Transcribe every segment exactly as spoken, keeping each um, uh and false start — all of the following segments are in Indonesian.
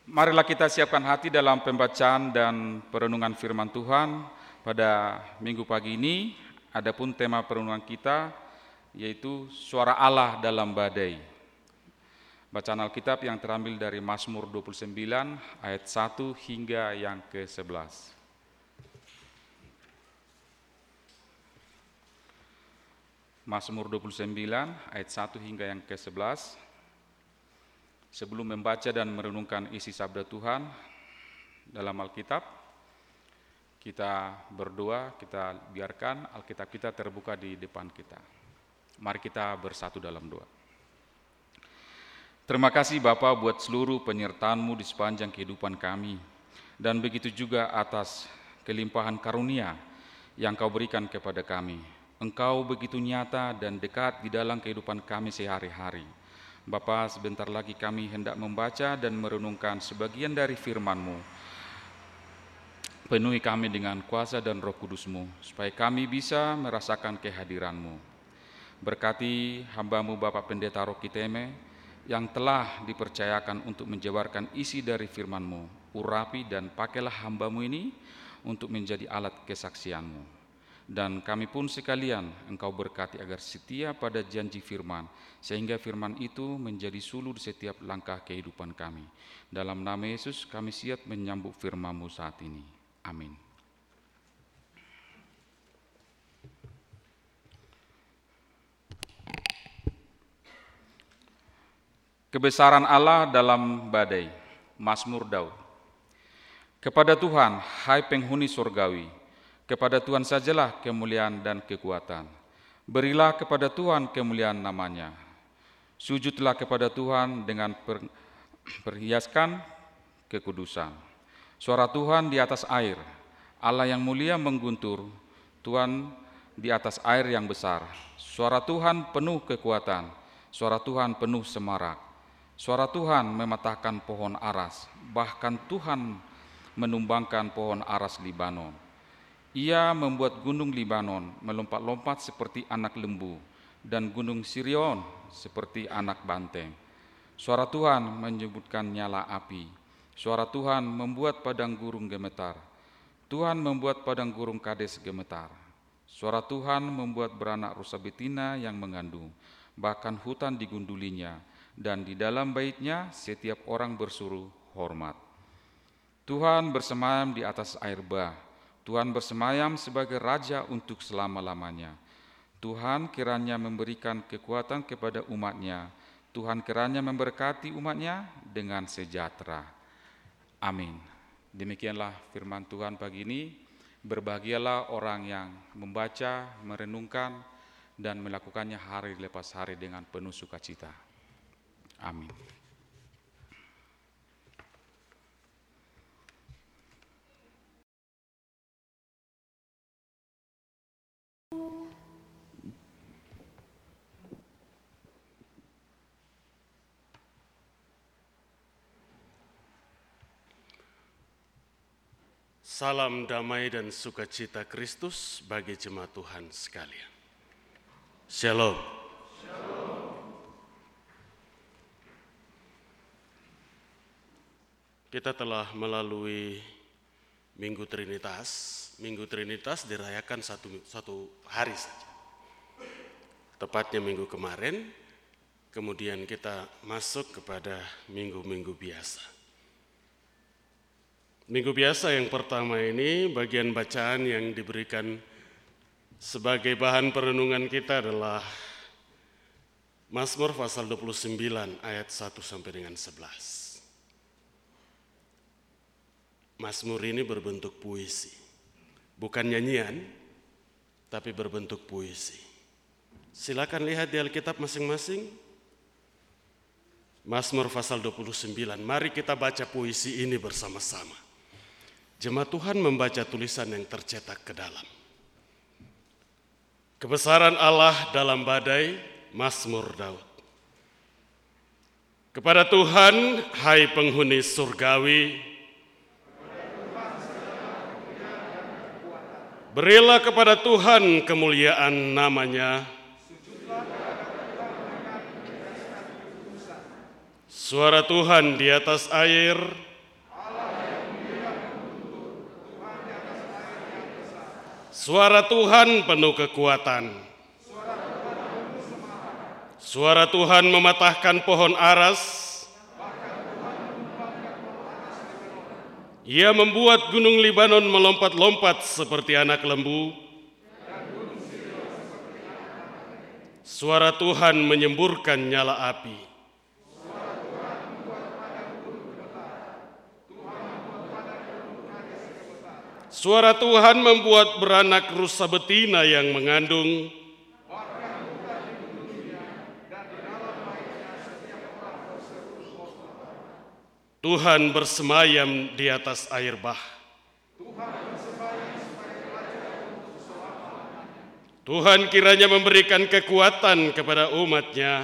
Marilah kita siapkan hati dalam pembacaan dan perenungan firman Tuhan pada minggu pagi ini. Adapun tema perenungan kita yaitu suara Allah dalam badai. Bacaan Alkitab yang terambil dari Mazmur dua puluh sembilan ayat satu hingga yang ke sebelas. Mazmur dua puluh sembilan ayat satu hingga yang ke sebelas. Sebelum membaca dan merenungkan isi sabda Tuhan dalam Alkitab, kita berdoa, kita biarkan Alkitab kita terbuka di depan kita. Mari kita bersatu dalam doa. Terima kasih Bapa buat seluruh penyertaan-Mu di sepanjang kehidupan kami, dan begitu juga atas kelimpahan karunia yang Kau berikan kepada kami. Engkau begitu nyata dan dekat di dalam kehidupan kami sehari-hari. Bapa, sebentar lagi kami hendak membaca dan merenungkan sebagian dari firman-Mu. Penuhi kami dengan kuasa dan Roh Kudus-Mu, supaya kami bisa merasakan kehadiran-Mu. Berkati hamba-Mu Bapak Pendeta Rocky Teme, yang telah dipercayakan untuk menjabarkan isi dari firman-Mu. Urapi dan pakailah hamba-Mu ini untuk menjadi alat kesaksian-Mu. Dan kami pun sekalian Engkau berkati agar setia pada janji firman, sehingga firman itu menjadi suluh di setiap langkah kehidupan kami. Dalam nama Yesus kami siap menyambut firman-Mu saat ini. Amin. Kebesaran Allah dalam badai. Mazmur Daud. Kepada Tuhan, hai penghuni surgawi, kepada Tuhan sajalah kemuliaan dan kekuatan. Berilah kepada Tuhan kemuliaan namanya. Sujudlah kepada Tuhan dengan per, perhiaskan kekudusan. Suara Tuhan di atas air, Allah yang mulia mengguntur, Tuhan di atas air yang besar. Suara Tuhan penuh kekuatan, suara Tuhan penuh semarak. Suara Tuhan mematahkan pohon aras, bahkan Tuhan menumbangkan pohon aras Libanon. Ia membuat gunung Libanon melompat-lompat seperti anak lembu, dan gunung Sirion seperti anak banteng. Suara Tuhan menyebutkan nyala api. Suara Tuhan membuat padang gurun gemetar. Tuhan membuat padang gurun Kades gemetar. Suara Tuhan membuat beranak rusa betina yang mengandung, bahkan hutan digundulinya, dan di dalam baitnya setiap orang bersuruh hormat. Tuhan bersemayam di atas air bah. Tuhan bersemayam sebagai Raja untuk selama-lamanya. Tuhan kiranya memberikan kekuatan kepada umat-Nya. Tuhan kiranya memberkati umat-Nya dengan sejahtera. Amin. Demikianlah firman Tuhan pagi ini. Berbahagialah orang yang membaca, merenungkan, dan melakukannya hari lepas hari dengan penuh sukacita. Amin. Salam damai dan sukacita Kristus bagi jemaat Tuhan sekalian. Shalom. Shalom. Kita telah melalui Minggu Trinitas. Minggu Trinitas dirayakan satu, satu hari saja. Tepatnya minggu kemarin, kemudian kita masuk kepada minggu-minggu biasa. Minggu biasa yang pertama ini, bagian bacaan yang diberikan sebagai bahan perenungan kita adalah Mazmur pasal dua puluh sembilan ayat satu sampai dengan sebelas. Mazmur ini berbentuk puisi, bukan nyanyian, tapi berbentuk puisi. Silakan lihat di Alkitab masing-masing. Mazmur pasal dua puluh sembilan, mari kita baca puisi ini bersama-sama. Jemaat Tuhan membaca tulisan yang tercetak ke dalam. Kebesaran Allah dalam badai, Mazmur Daud. Kepada Tuhan, hai penghuni surgawi, berilah kepada Tuhan kemuliaan namanya. Suara Tuhan di atas air, Suara Tuhan penuh kekuatan. Suara Tuhan mematahkan pohon aras. Ia membuat gunung Libanon melompat-lompat seperti anak lembu. Suara Tuhan menyemburkan nyala api. Suara Tuhan membuat beranak rusa betina yang mengandung. Tuhan bersemayam di atas air bah. Tuhan kiranya memberikan kekuatan kepada umat-Nya.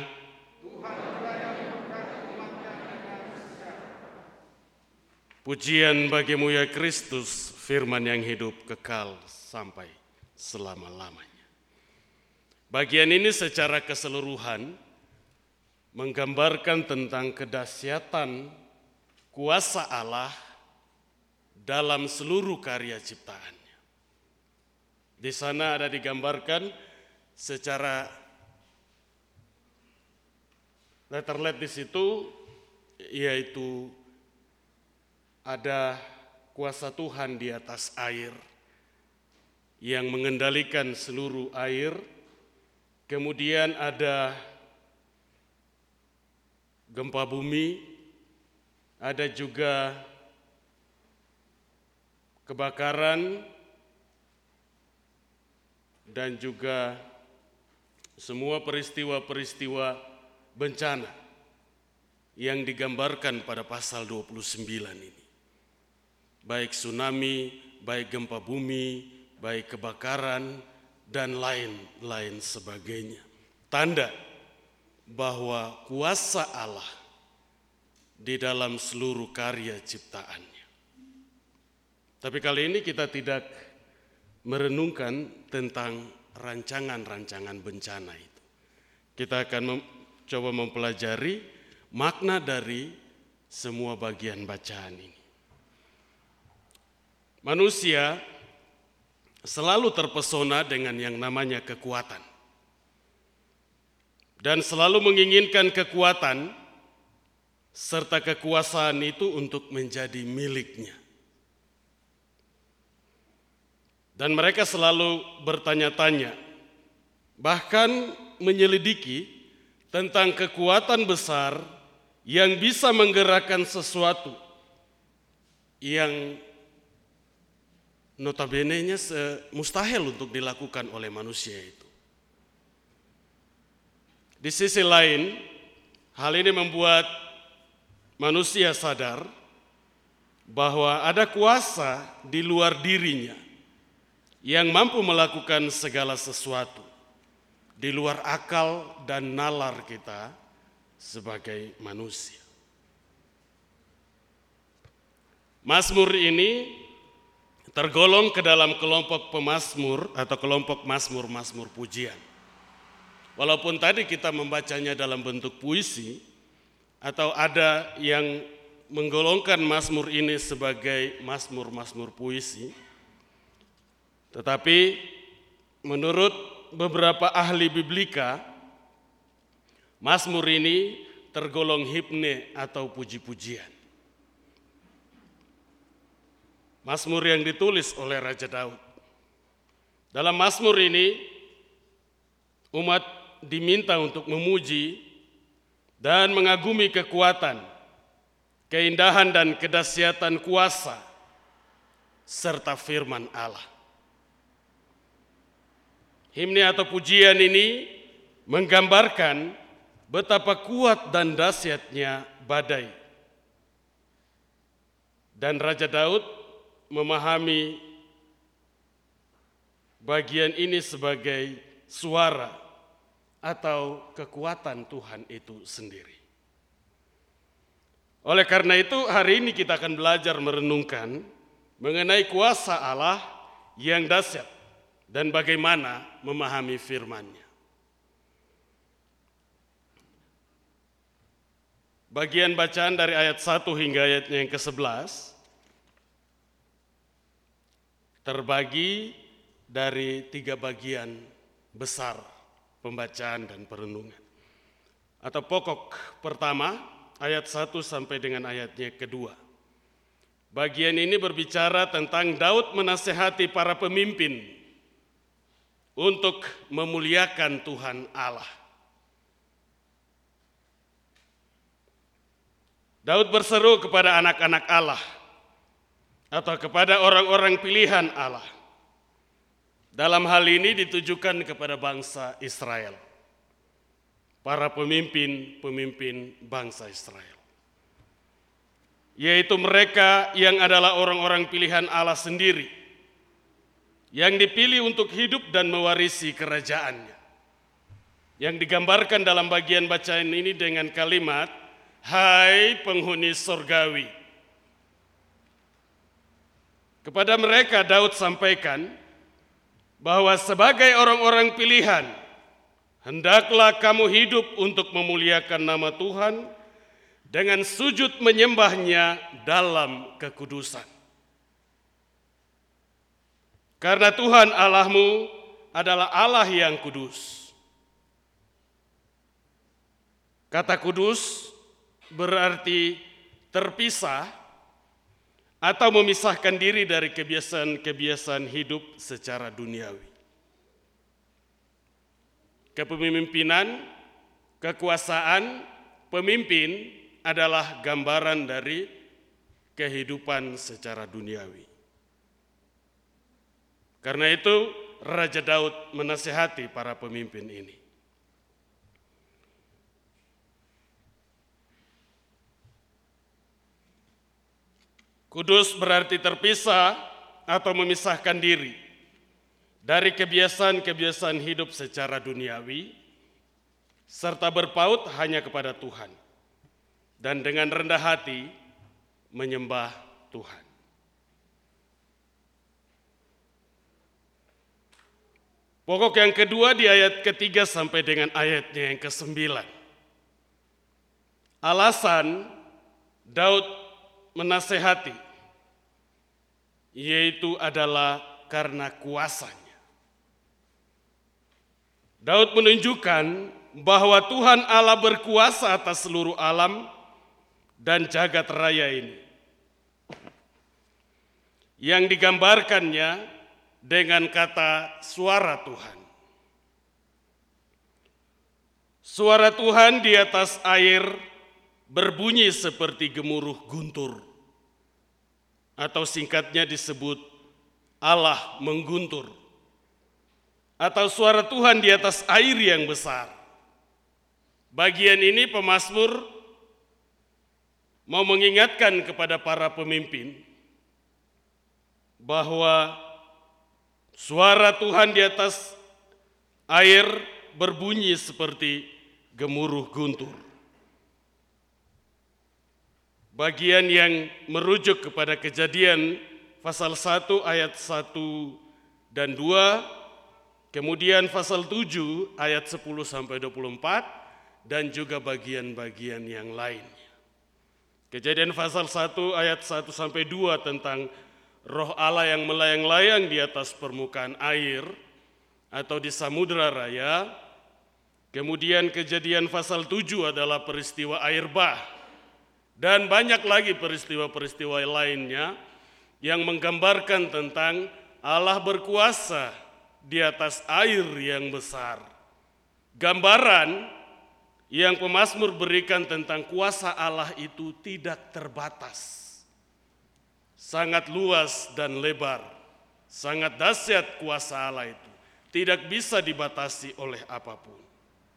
Pujian bagimu ya Kristus, firman yang hidup kekal sampai selama-lamanya. Bagian ini secara keseluruhan menggambarkan tentang kedahsyatan kuasa Allah dalam seluruh karya ciptaannya. Di sana ada digambarkan secara letterlet di situ, yaitu ada kuasa Tuhan di atas air yang mengendalikan seluruh air. Kemudian ada gempa bumi, ada juga kebakaran, dan juga semua peristiwa-peristiwa bencana yang digambarkan pada pasal dua puluh sembilan ini. Baik tsunami, baik gempa bumi, baik kebakaran, dan lain-lain sebagainya. Tanda bahwa kuasa Allah di dalam seluruh karya ciptaannya. Tapi kali ini kita tidak merenungkan tentang rancangan-rancangan bencana itu. Kita akan mem- coba mempelajari makna dari semua bagian bacaan ini. Manusia selalu terpesona dengan yang namanya kekuatan. Dan selalu menginginkan kekuatan serta kekuasaan itu untuk menjadi miliknya. Dan mereka selalu bertanya-tanya, bahkan menyelidiki tentang kekuatan besar yang bisa menggerakkan sesuatu yang notabene-nya mustahil untuk dilakukan oleh manusia itu. Di sisi lain, hal ini membuat manusia sadar bahwa ada kuasa di luar dirinya yang mampu melakukan segala sesuatu di luar akal dan nalar kita sebagai manusia. Mazmur ini tergolong ke dalam kelompok pemazmur atau kelompok mazmur-mazmur pujian. Walaupun tadi kita membacanya dalam bentuk puisi, atau ada yang menggolongkan mazmur ini sebagai mazmur-mazmur puisi, tetapi menurut beberapa ahli biblika, mazmur ini tergolong himne atau puji-pujian. Mazmur yang ditulis oleh Raja Daud. Dalam mazmur ini, umat diminta untuk memuji dan mengagumi kekuatan, keindahan dan kedahsyatan kuasa, serta firman Allah. Himne atau pujian ini menggambarkan betapa kuat dan dahsyatnya badai. Dan Raja Daud memahami bagian ini sebagai suara atau kekuatan Tuhan itu sendiri. Oleh karena itu, hari ini kita akan belajar merenungkan mengenai kuasa Allah yang dahsyat dan bagaimana memahami firman-Nya. Bagian bacaan dari ayat satu hingga ayatnya yang kesebelas terbagi dari tiga bagian besar pembacaan dan perenungan. Atau pokok pertama, ayat satu sampai dengan ayatnya kedua. Bagian ini berbicara tentang Daud menasehati para pemimpin untuk memuliakan Tuhan Allah. Daud berseru kepada anak-anak Allah atau kepada orang-orang pilihan Allah. Dalam hal ini ditujukan kepada bangsa Israel, para pemimpin-pemimpin bangsa Israel, yaitu mereka yang adalah orang-orang pilihan Allah sendiri, yang dipilih untuk hidup dan mewarisi kerajaannya, yang digambarkan dalam bagian bacaan ini dengan kalimat, "Hai penghuni surgawi." Kepada mereka Daud sampaikan bahwa sebagai orang-orang pilihan, hendaklah kamu hidup untuk memuliakan nama Tuhan dengan sujud menyembahnya dalam kekudusan. Karena Tuhan Allahmu adalah Allah yang kudus. Kata kudus berarti terpisah atau memisahkan diri dari kebiasaan-kebiasaan hidup secara duniawi. Kepemimpinan, kekuasaan, pemimpin adalah gambaran dari kehidupan secara duniawi. Karena itu, Raja Daud menasihati para pemimpin ini. Kudus berarti terpisah atau memisahkan diri dari kebiasaan-kebiasaan hidup secara duniawi, serta berpaut hanya kepada Tuhan, dan dengan rendah hati menyembah Tuhan. Pokok yang kedua di ayat ketiga sampai dengan ayatnya yang kesembilan. Alasan Daud menasehati yaitu adalah karena kuasanya. Daud menunjukkan bahwa Tuhan Allah berkuasa atas seluruh alam dan jagat raya ini, yang digambarkannya dengan kata suara Tuhan. Suara Tuhan di atas air berbunyi seperti gemuruh guntur, atau singkatnya disebut Allah mengguntur, atau suara Tuhan di atas air yang besar. Bagian ini pemazmur mau mengingatkan kepada para pemimpin bahwa suara Tuhan di atas air berbunyi seperti gemuruh guntur. Bagian yang merujuk kepada Kejadian pasal satu ayat satu dan dua, kemudian pasal tujuh ayat sepuluh sampai dua puluh empat, dan juga bagian-bagian yang lainnya. Kejadian pasal satu ayat satu sampai dua tentang Roh Allah yang melayang-layang di atas permukaan air atau di samudera raya. Kemudian Kejadian pasal tujuh adalah peristiwa air bah. Dan banyak lagi peristiwa-peristiwa lainnya yang menggambarkan tentang Allah berkuasa di atas air yang besar. Gambaran yang pemazmur berikan tentang kuasa Allah itu tidak terbatas. Sangat luas dan lebar, sangat dahsyat kuasa Allah itu. Tidak bisa dibatasi oleh apapun.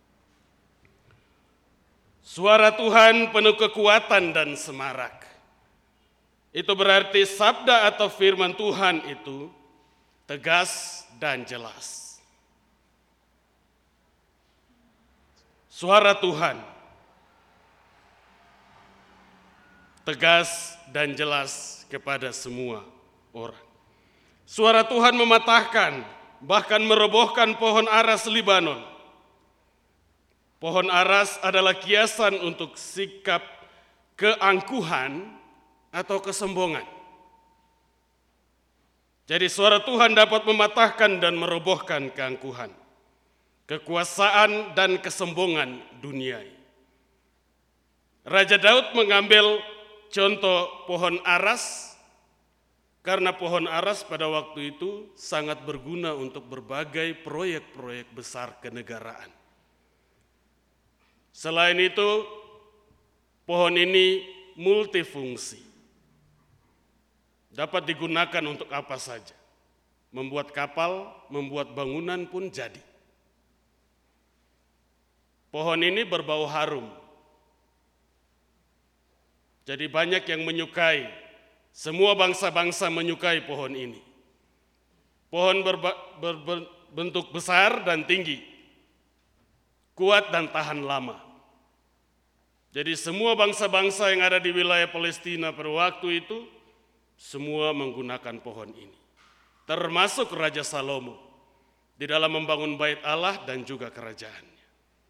Suara Tuhan penuh kekuatan dan semarak. Itu berarti sabda atau firman Tuhan itu tegas dan jelas. Suara Tuhan tegas dan jelas kepada semua orang. Suara Tuhan mematahkan, bahkan merobohkan pohon aras Libanon. Pohon aras adalah kiasan untuk sikap keangkuhan atau kesombongan. Jadi suara Tuhan dapat mematahkan dan merobohkan keangkuhan, kekuasaan dan kesombongan dunia. Raja Daud mengambil contoh pohon aras, karena pohon aras pada waktu itu sangat berguna untuk berbagai proyek-proyek besar kenegaraan. Selain itu, pohon ini multifungsi. Dapat digunakan untuk apa saja. Membuat kapal, membuat bangunan pun jadi. Pohon ini berbau harum. Jadi banyak yang menyukai, semua bangsa-bangsa menyukai pohon ini. Pohon berba- ber- berbentuk besar dan tinggi, kuat dan tahan lama. Jadi semua bangsa-bangsa yang ada di wilayah Palestina pada waktu itu, semua menggunakan pohon ini. Termasuk Raja Salomo di dalam membangun bait Allah dan juga kerajaannya.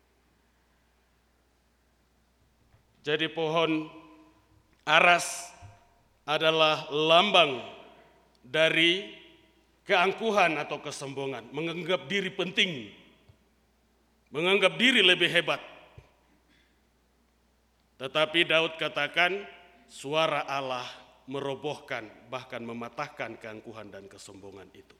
Jadi pohon aras adalah lambang dari keangkuhan atau kesombongan, menganggap diri penting, menganggap diri lebih hebat. Tetapi Daud katakan, suara Allah merobohkan, bahkan mematahkan keangkuhan dan kesombongan itu.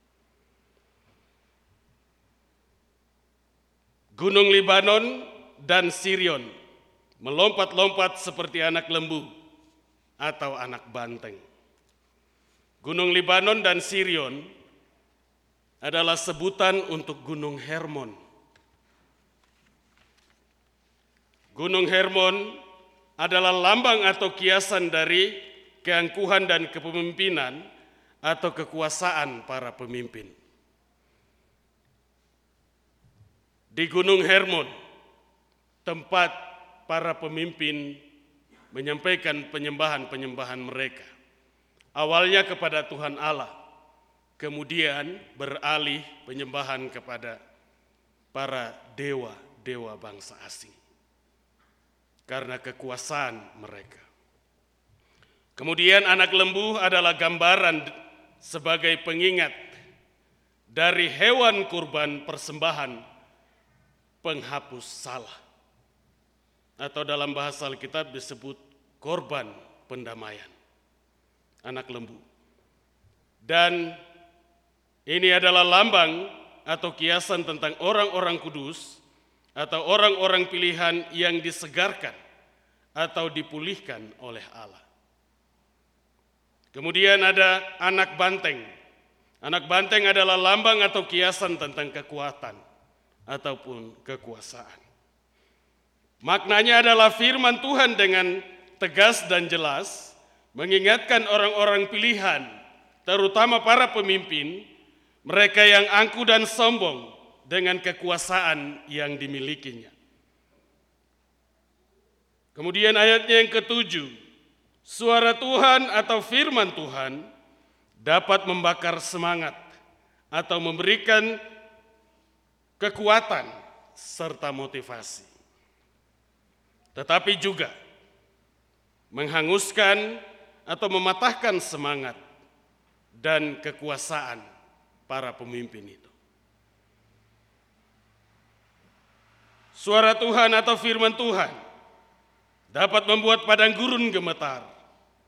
Gunung Libanon dan Sirion melompat-lompat seperti anak lembu atau anak banteng. Gunung Libanon dan Sirion adalah sebutan untuk Gunung Hermon. Gunung Hermon adalah lambang atau kiasan dari keangkuhan dan kepemimpinan atau kekuasaan para pemimpin. Di Gunung Hermon, tempat para pemimpin menyampaikan penyembahan-penyembahan mereka. Awalnya kepada Tuhan Allah, kemudian beralih penyembahan kepada para dewa-dewa bangsa asing karena kekuasaan mereka. Kemudian anak lembu adalah gambaran sebagai pengingat dari hewan kurban persembahan penghapus salah. Atau dalam bahasa Alkitab disebut korban pendamaian. Anak lembu. Dan ini adalah lambang atau kiasan tentang orang-orang kudus atau orang-orang pilihan yang disegarkan atau dipulihkan oleh Allah. Kemudian ada anak banteng. Anak banteng adalah lambang atau kiasan tentang kekuatan ataupun kekuasaan. Maknanya adalah firman Tuhan dengan tegas dan jelas mengingatkan orang-orang pilihan, terutama para pemimpin, mereka yang angkuh dan sombong dengan kekuasaan yang dimilikinya. Kemudian ayatnya yang ketujuh, suara Tuhan atau firman Tuhan dapat membakar semangat atau memberikan kekuatan serta motivasi. Tetapi juga menghanguskan atau mematahkan semangat dan kekuasaan para pemimpin itu. Suara Tuhan atau firman Tuhan dapat membuat padang gurun gemetar.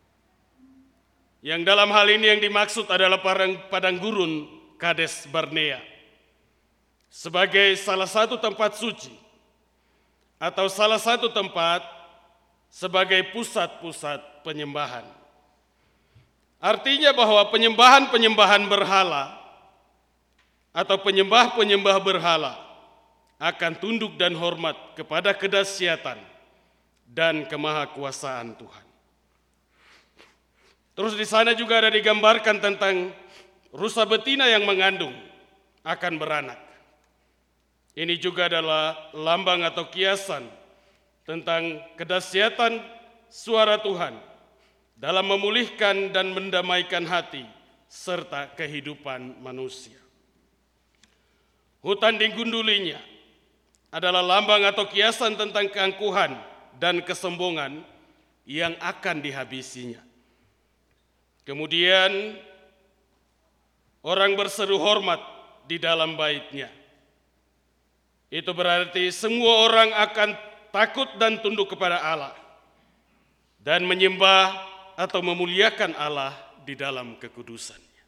Yang dalam hal ini yang dimaksud adalah padang, padang gurun Kades Barnea sebagai salah satu tempat suci atau salah satu tempat sebagai pusat-pusat penyembahan. Artinya bahwa penyembahan-penyembahan berhala atau penyembah-penyembah berhala akan tunduk dan hormat kepada kedahsyatan dan kemahakuasaan Tuhan. Terus di sana juga ada digambarkan tentang rusa betina yang mengandung akan beranak. Ini juga adalah lambang atau kiasan tentang kedahsyatan suara Tuhan dalam memulihkan dan mendamaikan hati serta kehidupan manusia. Hutan digundulinya adalah lambang atau kiasan tentang keangkuhan dan kesombongan yang akan dihabisinya. Kemudian orang berseru hormat di dalam bait-Nya. Itu berarti semua orang akan takut dan tunduk kepada Allah dan menyembah atau memuliakan Allah di dalam kekudusan-Nya.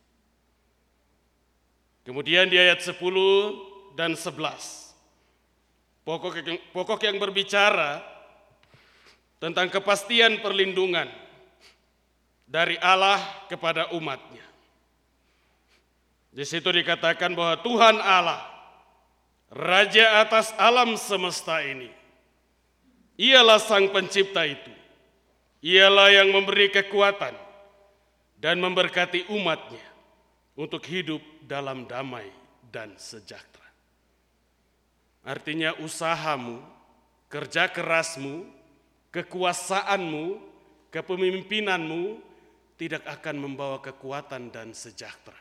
Kemudian di ayat sepuluh dan sebelas, pokok, pokok yang berbicara tentang kepastian perlindungan dari Allah kepada umat-Nya. Di situ dikatakan bahwa Tuhan Allah, Raja atas alam semesta ini, Ialah Sang Pencipta itu. Ialah yang memberi kekuatan dan memberkati umat-Nya untuk hidup dalam damai dan sejahtera. Artinya usahamu, kerja kerasmu, kekuasaanmu, kepemimpinanmu tidak akan membawa kekuatan dan sejahtera,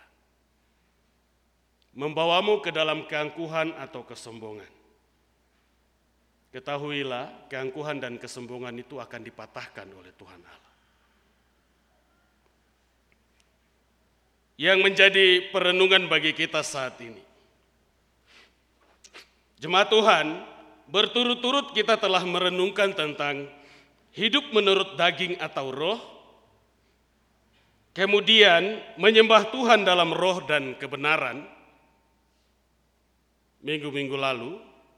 membawamu ke dalam keangkuhan atau kesombongan. Ketahuilah, keangkuhan dan kesombongan itu akan dipatahkan oleh Tuhan Allah. Yang menjadi perenungan bagi kita saat ini, jemaat Tuhan, berturut-turut kita telah merenungkan tentang hidup menurut daging atau roh, kemudian menyembah Tuhan dalam roh dan kebenaran minggu-minggu lalu.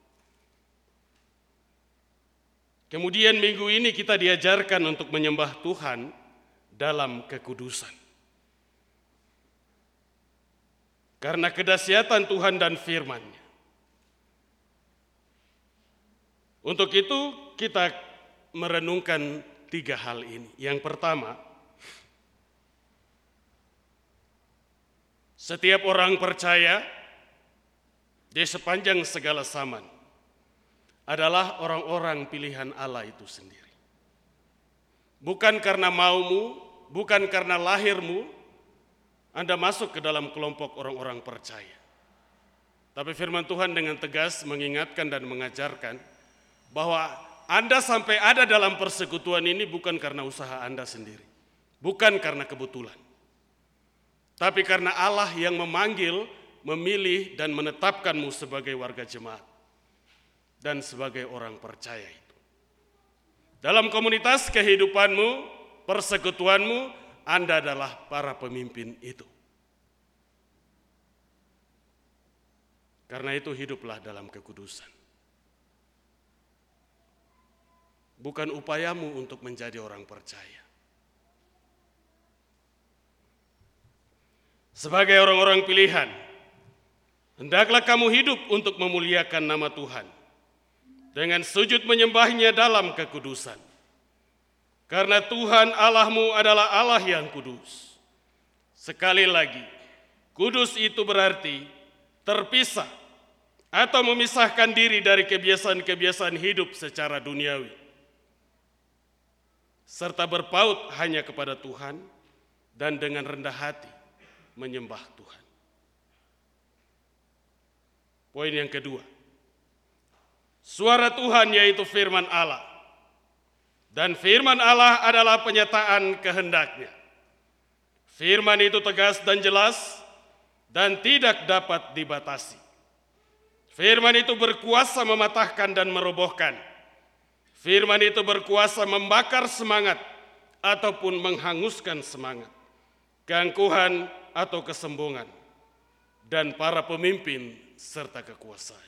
Kemudian minggu ini kita diajarkan untuk menyembah Tuhan dalam kekudusan. Karena kedahsyatan Tuhan dan firman-Nya. Untuk itu kita merenungkan tiga hal ini. Yang pertama, setiap orang percaya di sepanjang segala zaman adalah orang-orang pilihan Allah itu sendiri. Bukan karena maumu, bukan karena lahirmu, Anda masuk ke dalam kelompok orang-orang percaya. Tapi firman Tuhan dengan tegas mengingatkan dan mengajarkan bahwa Anda sampai ada dalam persekutuan ini bukan karena usaha Anda sendiri, bukan karena kebetulan, tapi karena Allah yang memanggil, memilih dan menetapkanmu sebagai warga jemaat dan sebagai orang percaya itu. Dalam komunitas kehidupanmu, persekutuanmu, Anda adalah para pemimpin itu. Karena itu hiduplah dalam kekudusan. Bukan upayamu untuk menjadi orang percaya. Sebagai orang-orang pilihan, hendaklah kamu hidup untuk memuliakan nama Tuhan dengan sujud menyembah-Nya dalam kekudusan. Karena Tuhan Allahmu adalah Allah yang kudus. Sekali lagi, kudus itu berarti terpisah atau memisahkan diri dari kebiasaan-kebiasaan hidup secara duniawi, serta berpaut hanya kepada Tuhan dan dengan rendah hati menyembah Tuhan. Poin yang kedua, suara Tuhan yaitu firman Allah. Dan firman Allah adalah penyataan kehendak-Nya. Firman itu tegas dan jelas dan tidak dapat dibatasi. Firman itu berkuasa mematahkan dan merobohkan. Firman itu berkuasa membakar semangat ataupun menghanguskan semangat, keangkuhan atau kesombongan, dan para pemimpin serta kekuasaan.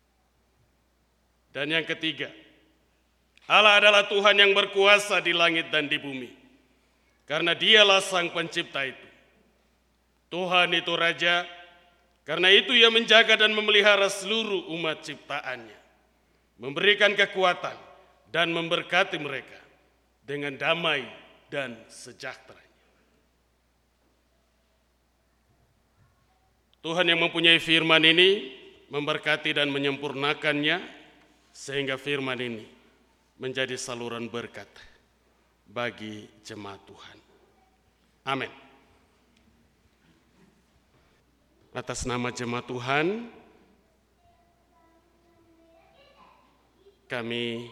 Dan yang ketiga, Allah adalah Tuhan yang berkuasa di langit dan di bumi. Karena Dialah Sang Pencipta itu. Tuhan itu Raja, karena itu Ia menjaga dan memelihara seluruh umat ciptaan-Nya, memberikan kekuatan dan memberkati mereka dengan damai dan sejahtera. Tuhan yang mempunyai firman ini memberkati dan menyempurnakannya sehingga firman ini menjadi saluran berkat bagi jemaat Tuhan. Amin. Atas nama jemaat Tuhan, kami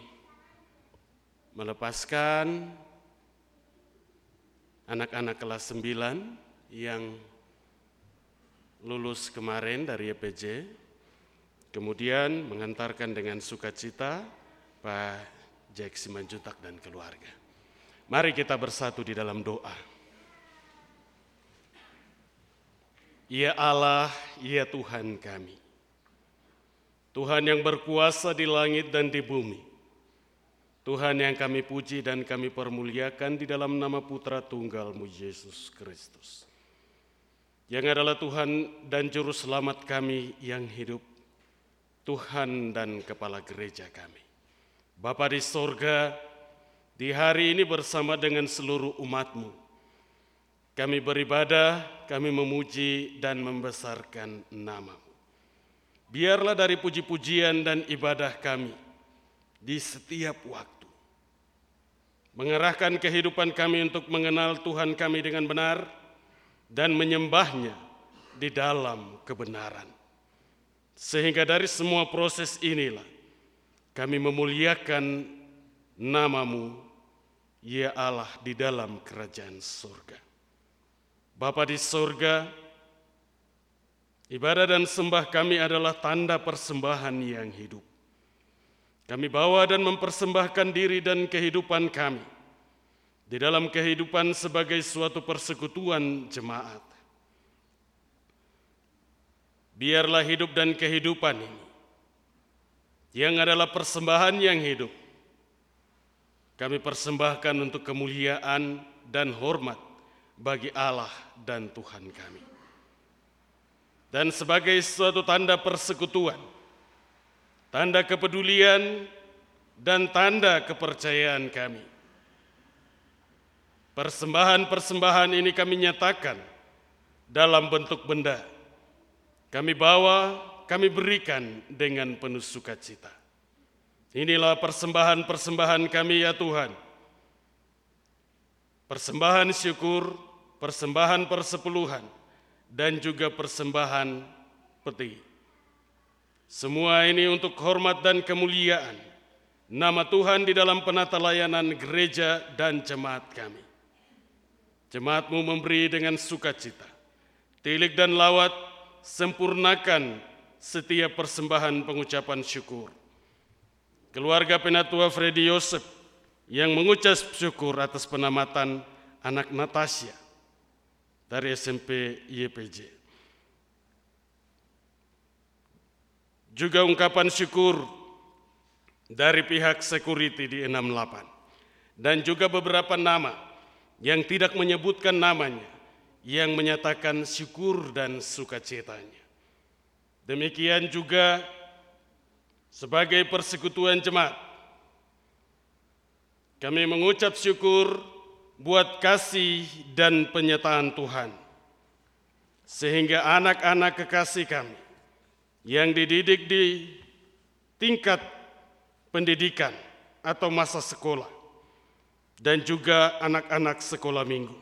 melepaskan anak-anak kelas sembilan yang lulus kemarin dari Y P J, kemudian mengantarkan dengan sukacita Pak Jack Simanjuntak dan keluarga. Mari kita bersatu di dalam doa. Ya Allah, ya Tuhan kami, Tuhan yang berkuasa di langit dan di bumi, Tuhan yang kami puji dan kami permuliakan di dalam nama Putra Tunggal-Mu Yesus Kristus, yang adalah Tuhan dan Juru Selamat kami yang hidup, Tuhan dan Kepala Gereja kami. Bapa di sorga, di hari ini bersama dengan seluruh umat-Mu, kami beribadah, kami memuji dan membesarkan nama-Mu. Biarlah dari puji-pujian dan ibadah kami di setiap waktu mengerahkan kehidupan kami untuk mengenal Tuhan kami dengan benar dan menyembahnya di dalam kebenaran. Sehingga dari semua proses inilah kami memuliakan nama-Mu, ya Allah, di dalam kerajaan surga. Bapa di surga, ibadah dan sembah kami adalah tanda persembahan yang hidup. Kami bawa dan mempersembahkan diri dan kehidupan kami di dalam kehidupan sebagai suatu persekutuan jemaat. Biarlah hidup dan kehidupan ini, yang adalah persembahan yang hidup, kami persembahkan untuk kemuliaan dan hormat bagi Allah dan Tuhan kami. Dan sebagai suatu tanda persekutuan, tanda kepedulian, dan tanda kepercayaan kami, persembahan-persembahan ini kami nyatakan dalam bentuk benda. Kami bawa, kami berikan dengan penuh sukacita. Inilah persembahan-persembahan kami ya Tuhan. Persembahan syukur, persembahan persepuluhan, dan juga persembahan peti. Semua ini untuk hormat dan kemuliaan nama Tuhan di dalam penata layanan gereja dan jemaat kami. Jemaat-Mu memberi dengan sukacita. Tilik dan lawat, sempurnakan setiap persembahan pengucapan syukur. Keluarga Penatua Freddy Yosef yang mengucap syukur atas penamatan anak Natasha dari S M P Y P J. Juga ungkapan syukur dari pihak security di enam puluh delapan. Dan juga beberapa nama yang tidak menyebutkan namanya, yang menyatakan syukur dan sukacitanya. Demikian juga sebagai persekutuan jemaat, kami mengucap syukur buat kasih dan penyertaan Tuhan, sehingga anak-anak kekasih kami yang dididik di tingkat pendidikan atau masa sekolah, dan juga anak-anak sekolah minggu,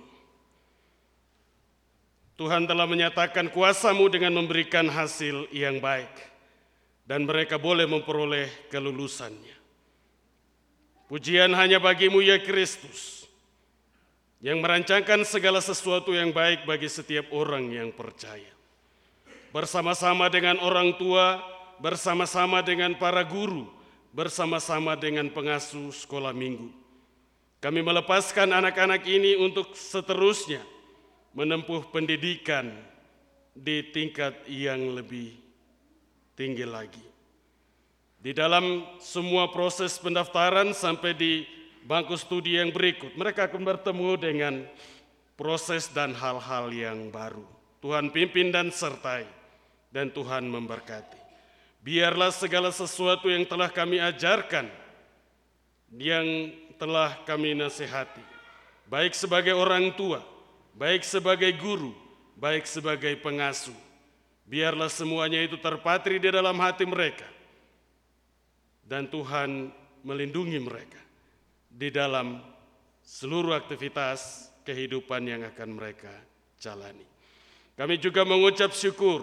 Tuhan telah menyatakan kuasa-Mu dengan memberikan hasil yang baik, dan mereka boleh memperoleh kelulusannya. Pujian hanya bagi-Mu ya Kristus, yang merancangkan segala sesuatu yang baik bagi setiap orang yang percaya. Bersama-sama dengan orang tua, bersama-sama dengan para guru, bersama-sama dengan pengasuh sekolah minggu, kami melepaskan anak-anak ini untuk seterusnya menempuh pendidikan di tingkat yang lebih tinggi lagi. Di dalam semua proses pendaftaran sampai di bangku studi yang berikut, mereka akan bertemu dengan proses dan hal-hal yang baru. Tuhan pimpin dan sertai, dan Tuhan memberkati. Biarlah segala sesuatu yang telah kami ajarkan, yang telah kami nasihati, baik sebagai orang tua, baik sebagai guru, baik sebagai pengasuh, biarlah semuanya itu terpatri di dalam hati mereka, dan Tuhan melindungi mereka di dalam seluruh aktivitas kehidupan yang akan mereka jalani. Kami juga mengucap syukur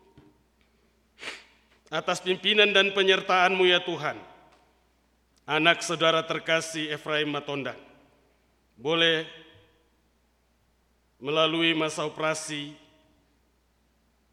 atas pimpinan dan penyertaan-Mu ya Tuhan. Anak saudara terkasih Efraim Matondang boleh melalui masa operasi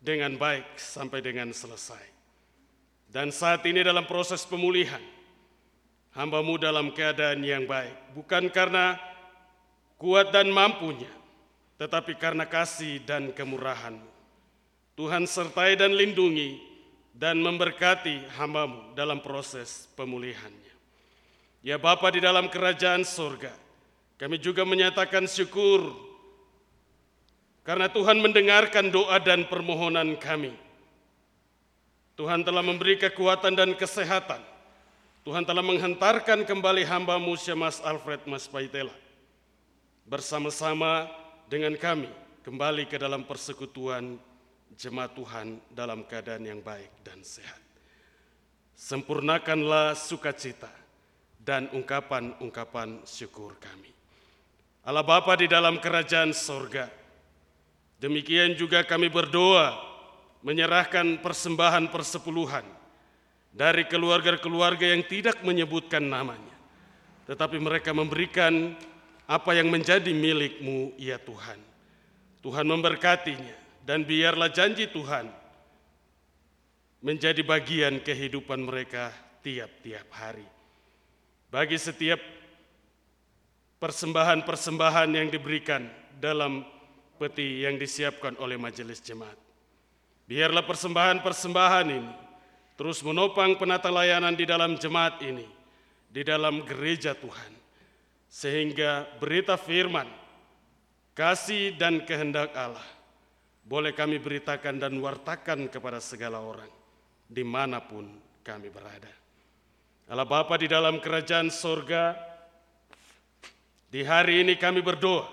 dengan baik sampai dengan selesai. Dan saat ini dalam proses pemulihan, hamba-Mu dalam keadaan yang baik, bukan karena kuat dan mampunya, tetapi karena kasih dan kemurahan-Mu. Tuhan sertai dan lindungi dan memberkati hamba-Mu dalam proses pemulihannya. Ya Bapa di dalam kerajaan surga, kami juga menyatakan syukur karena Tuhan mendengarkan doa dan permohonan kami. Tuhan telah memberi kekuatan dan kesehatan. Tuhan telah menghantarkan kembali hamba-Mu Mas Alfred Mas Paitela bersama-sama dengan kami kembali ke dalam persekutuan jemaat Tuhan dalam keadaan yang baik dan sehat. Sempurnakanlah sukacita dan ungkapan-ungkapan syukur kami. Allah Bapa di dalam kerajaan sorga, demikian juga kami berdoa menyerahkan persembahan persepuluhan dari keluarga-keluarga yang tidak menyebutkan namanya, tetapi mereka memberikan apa yang menjadi milik-Mu, ya Tuhan. Tuhan memberkatinya, dan biarlah janji Tuhan menjadi bagian kehidupan mereka tiap-tiap hari. Bagi setiap persembahan-persembahan yang diberikan dalam peti yang disiapkan oleh majelis jemaat, biarlah persembahan-persembahan ini terus menopang penata layanan di dalam jemaat ini, di dalam gereja Tuhan, sehingga berita firman, kasih dan kehendak Allah boleh kami beritakan dan wartakan kepada segala orang, dimanapun kami berada. Allah Bapa di dalam kerajaan sorga, di hari ini kami berdoa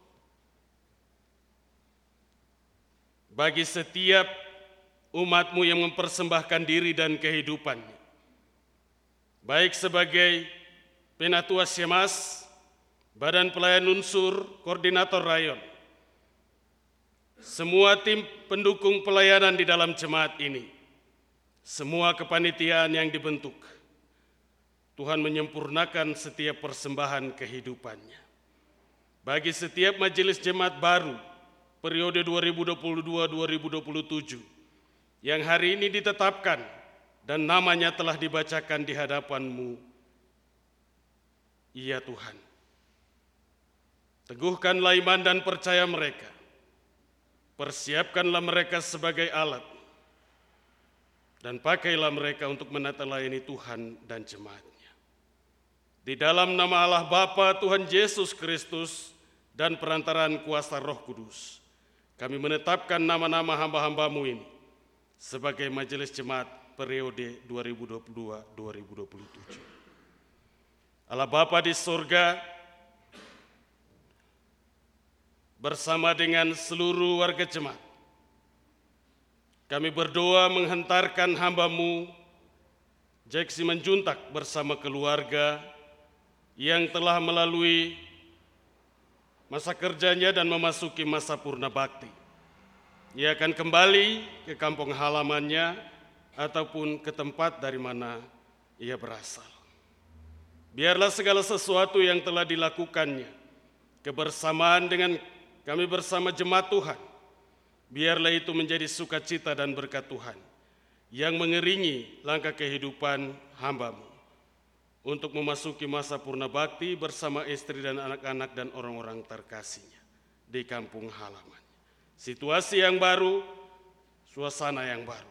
bagi setiap umat-Mu yang mempersembahkan diri dan kehidupannya, baik sebagai Penatua Syemas, Badan Pelayan Unsur, Koordinator Rayon, semua tim pendukung pelayanan di dalam jemaat ini, semua kepanitiaan yang dibentuk, Tuhan menyempurnakan setiap persembahan kehidupannya. Bagi setiap majelis jemaat baru periode dua ribu dua puluh dua sampai dua ribu dua puluh tujuh yang hari ini ditetapkan dan namanya telah dibacakan di hadapan-Mu, ya Tuhan. Teguhkanlah iman dan percaya mereka. Persiapkanlah mereka sebagai alat dan pakailah mereka untuk menata layani Tuhan dan jemaat-Nya. Di dalam nama Allah Bapa, Tuhan Yesus Kristus, dan perantaraan kuasa Roh Kudus, kami menetapkan nama-nama hamba-hamba-Mu ini sebagai majelis jemaat periode dua ribu dua puluh dua sampai dua ribu dua puluh tujuh. Allah Bapa di surga, bersama dengan seluruh warga jemaat, kami berdoa menghantarkan hamba-Mu Jack Simanjuntak bersama keluarga yang telah melalui masa kerjanya dan memasuki masa purna bakti. Ia akan kembali ke kampung halamannya ataupun ke tempat dari mana ia berasal. Biarlah segala sesuatu yang telah dilakukannya kebersamaan dengan kami bersama jemaat Tuhan, biarlah itu menjadi sukacita dan berkat Tuhan yang mengiringi langkah kehidupan hamba-Mu untuk memasuki masa purna bakti bersama istri dan anak-anak dan orang-orang terkasihnya di kampung halaman. Situasi yang baru, suasana yang baru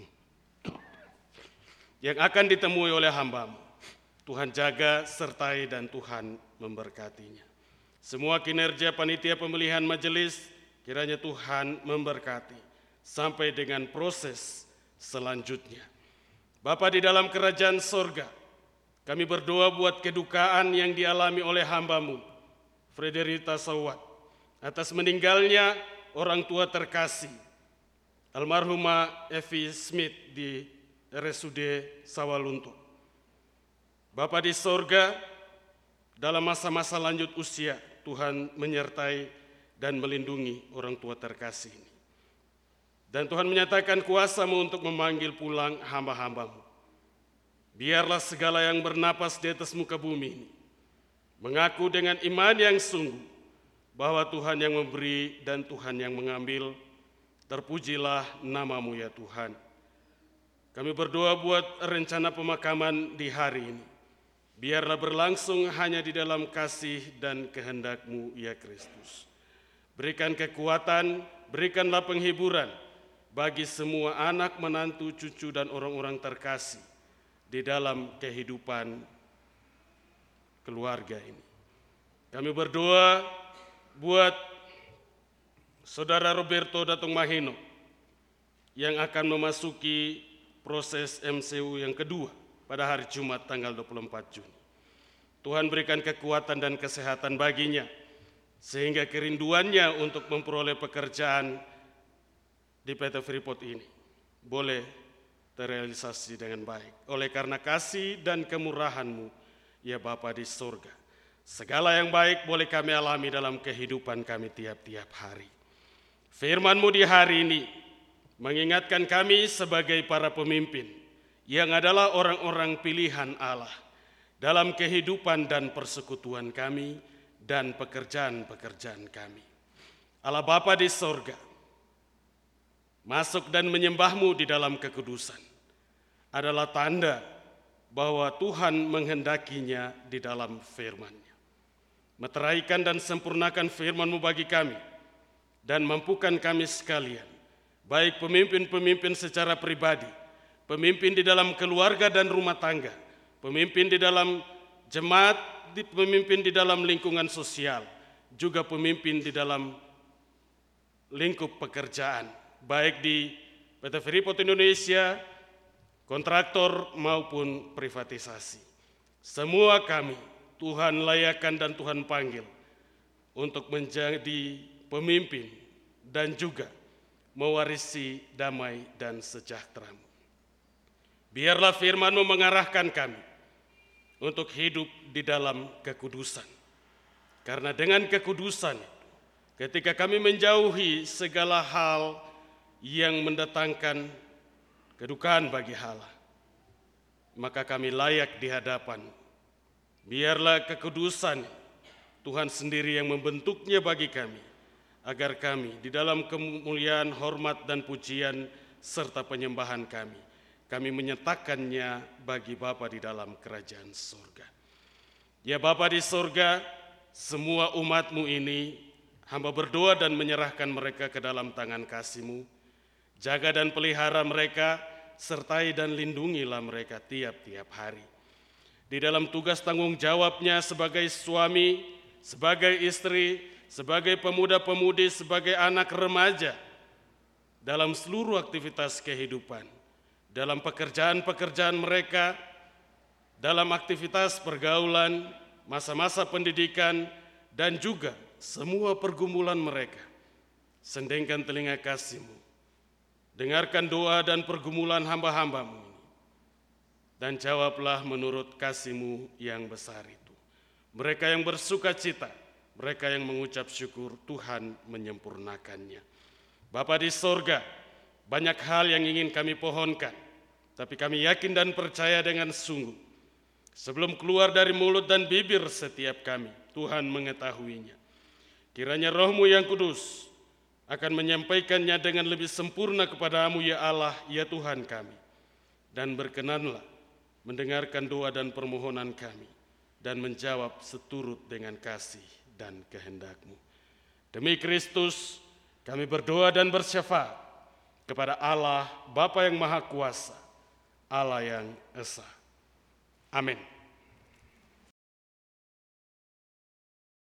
yang akan ditemui oleh hamba-Mu. Tuhan jaga, sertai, dan Tuhan memberkatinya. Semua kinerja panitia pemilihan majelis, kiranya Tuhan memberkati sampai dengan proses selanjutnya. Bapa di dalam kerajaan sorga, kami berdoa buat kedukaan yang dialami oleh hamba-Mu, Frederita Sawat, atas meninggalnya orang tua terkasih, almarhumah Evi Smith di R S U D Sawalunto. Bapa di sorga, dalam masa-masa lanjut usia, Tuhan menyertai dan melindungi orang tua terkasih ini. Dan Tuhan menyatakan kuasa-Mu untuk memanggil pulang hamba-hamba-Mu. Biarlah segala yang bernapas di atas muka bumi ini mengaku dengan iman yang sungguh bahwa Tuhan yang memberi dan Tuhan yang mengambil, Terpujilah nama-Mu ya Tuhan. Kami berdoa buat rencana pemakaman di hari ini. Biarlah berlangsung hanya di dalam kasih dan kehendak-Mu ya Kristus. Berikan kekuatan, berikanlah penghiburan bagi semua anak, menantu, cucu, dan orang-orang terkasih di dalam kehidupan keluarga ini. Kami berdoa buat Saudara Roberto Datung Mahino yang akan memasuki proses M C U yang kedua pada hari Jumat tanggal dua puluh empat Juni. Tuhan berikan kekuatan dan kesehatan baginya sehingga kerinduannya untuk memperoleh pekerjaan di P T Freeport ini boleh terrealisasi dengan baik. Oleh karena kasih dan kemurahan-Mu, ya Bapa di surga, segala yang baik boleh kami alami dalam kehidupan kami tiap-tiap hari. Firman-Mu di hari ini mengingatkan kami sebagai para pemimpin yang adalah orang-orang pilihan Allah dalam kehidupan dan persekutuan kami dan pekerjaan-pekerjaan kami. Allah Bapa di surga, masuk dan menyembah-Mu di dalam kekudusan adalah tanda bahwa Tuhan menghendakinya di dalam firman-Nya. Meteraikan dan sempurnakan firman-Mu bagi kami dan mampukan kami sekalian, baik pemimpin-pemimpin secara pribadi, pemimpin di dalam keluarga dan rumah tangga, pemimpin di dalam jemaat, pemimpin di dalam lingkungan sosial, juga pemimpin di dalam lingkup pekerjaan, baik di P T Freeport Indonesia, kontraktor maupun privatisasi. Semua kami Tuhan layakkan dan Tuhan panggil untuk menjadi pemimpin dan juga mewarisi damai dan sejahtera-Mu. Biarlah firman-Mu mengarahkan kami untuk hidup di dalam kekudusan. Karena dengan kekudusan, ketika kami menjauhi segala hal yang mendatangkan kedukaan bagi Allah, maka kami layak di hadapan. Biarlah kekudusan Tuhan sendiri yang membentuknya bagi kami, agar kami di dalam kemuliaan, hormat, dan pujian serta penyembahan kami, kami menyatakannya bagi Bapa di dalam kerajaan surga. Ya Bapa di surga, semua umat-Mu ini, hamba berdoa dan menyerahkan mereka ke dalam tangan kasih-Mu. Jaga dan pelihara mereka, sertai dan lindungilah mereka tiap-tiap hari. Di dalam tugas tanggung jawabnya sebagai suami, sebagai istri, sebagai pemuda-pemudi, sebagai anak remaja, dalam seluruh aktivitas kehidupan, dalam pekerjaan-pekerjaan mereka, dalam aktivitas pergaulan, masa-masa pendidikan, dan juga semua pergumulan mereka. Sendengkan telinga kasih-Mu, dengarkan doa dan pergumulan hamba-hamba-Mu ini, dan jawablah menurut kasih-Mu yang besar itu. Mereka yang bersuka cita, mereka yang mengucap syukur, Tuhan menyempurnakannya. Bapa di sorga, banyak hal yang ingin kami pohonkan, tapi kami yakin dan percaya dengan sungguh, sebelum keluar dari mulut dan bibir setiap kami, Tuhan mengetahuinya. Kiranya Roh-Mu yang kudus akan menyampaikannya dengan lebih sempurna kepada-Mu ya Allah, ya Tuhan kami. Dan berkenanlah mendengarkan doa dan permohonan kami, dan menjawab seturut dengan kasih dan kehendak-Mu. Demi Kristus, kami berdoa dan bersyafaat kepada Allah Bapa yang Maha Kuasa, Allah yang Esa. Amin.